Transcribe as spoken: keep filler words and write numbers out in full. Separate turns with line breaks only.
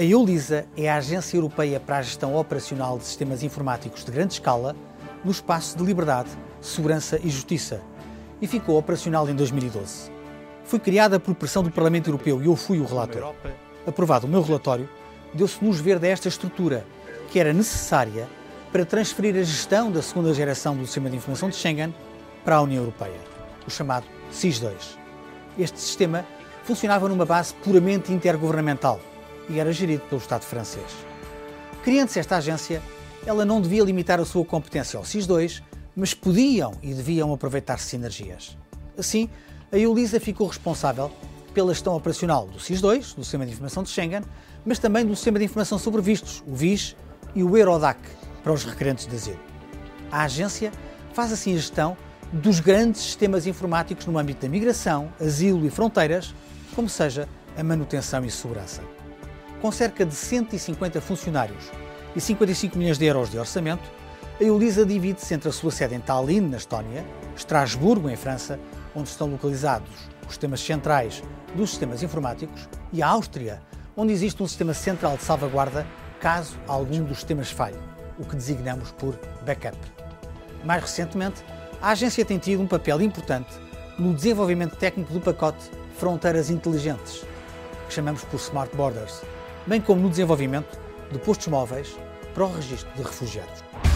A EULISA é a Agência Europeia para a Gestão Operacional de Sistemas Informáticos de Grande Escala no espaço de liberdade, segurança e justiça e ficou operacional em dois mil e doze. Foi criada por pressão do Parlamento Europeu e eu fui o relator. Aprovado o meu relatório, deu-se luz verde a esta estrutura, que era necessária para transferir a gestão da segunda geração do Sistema de Informação de Schengen para a União Europeia, o chamado SIS dois. Este sistema funcionava numa base puramente intergovernamental e era gerido pelo Estado francês. Criando-se esta agência, ela não devia limitar a sua competência ao SIS dois, mas podiam e deviam aproveitar sinergias. Assim, a EULISA ficou responsável pela gestão operacional do SIS dois, do Sistema de Informação de Schengen, mas também do Sistema de Informação sobre Vistos, o VIS, e o Eurodac, para os requerentes de asilo. A agência faz assim a gestão dos grandes sistemas informáticos no âmbito da migração, asilo e fronteiras, como seja a manutenção e segurança. Com cerca de cento e cinquenta funcionários e cinquenta e cinco milhões de euros de orçamento, a EULISA divide-se entre a sua sede em Tallinn, na Estónia, Estrasburgo, em França, onde estão localizados os sistemas centrais dos sistemas informáticos, e a Áustria, onde existe um sistema central de salvaguarda caso algum dos sistemas falhe, o que designamos por backup. Mais recentemente, a agência tem tido um papel importante no desenvolvimento técnico do pacote Fronteiras Inteligentes, que chamamos por Smart Borders, bem como no desenvolvimento de postos móveis para o registro de refugiados.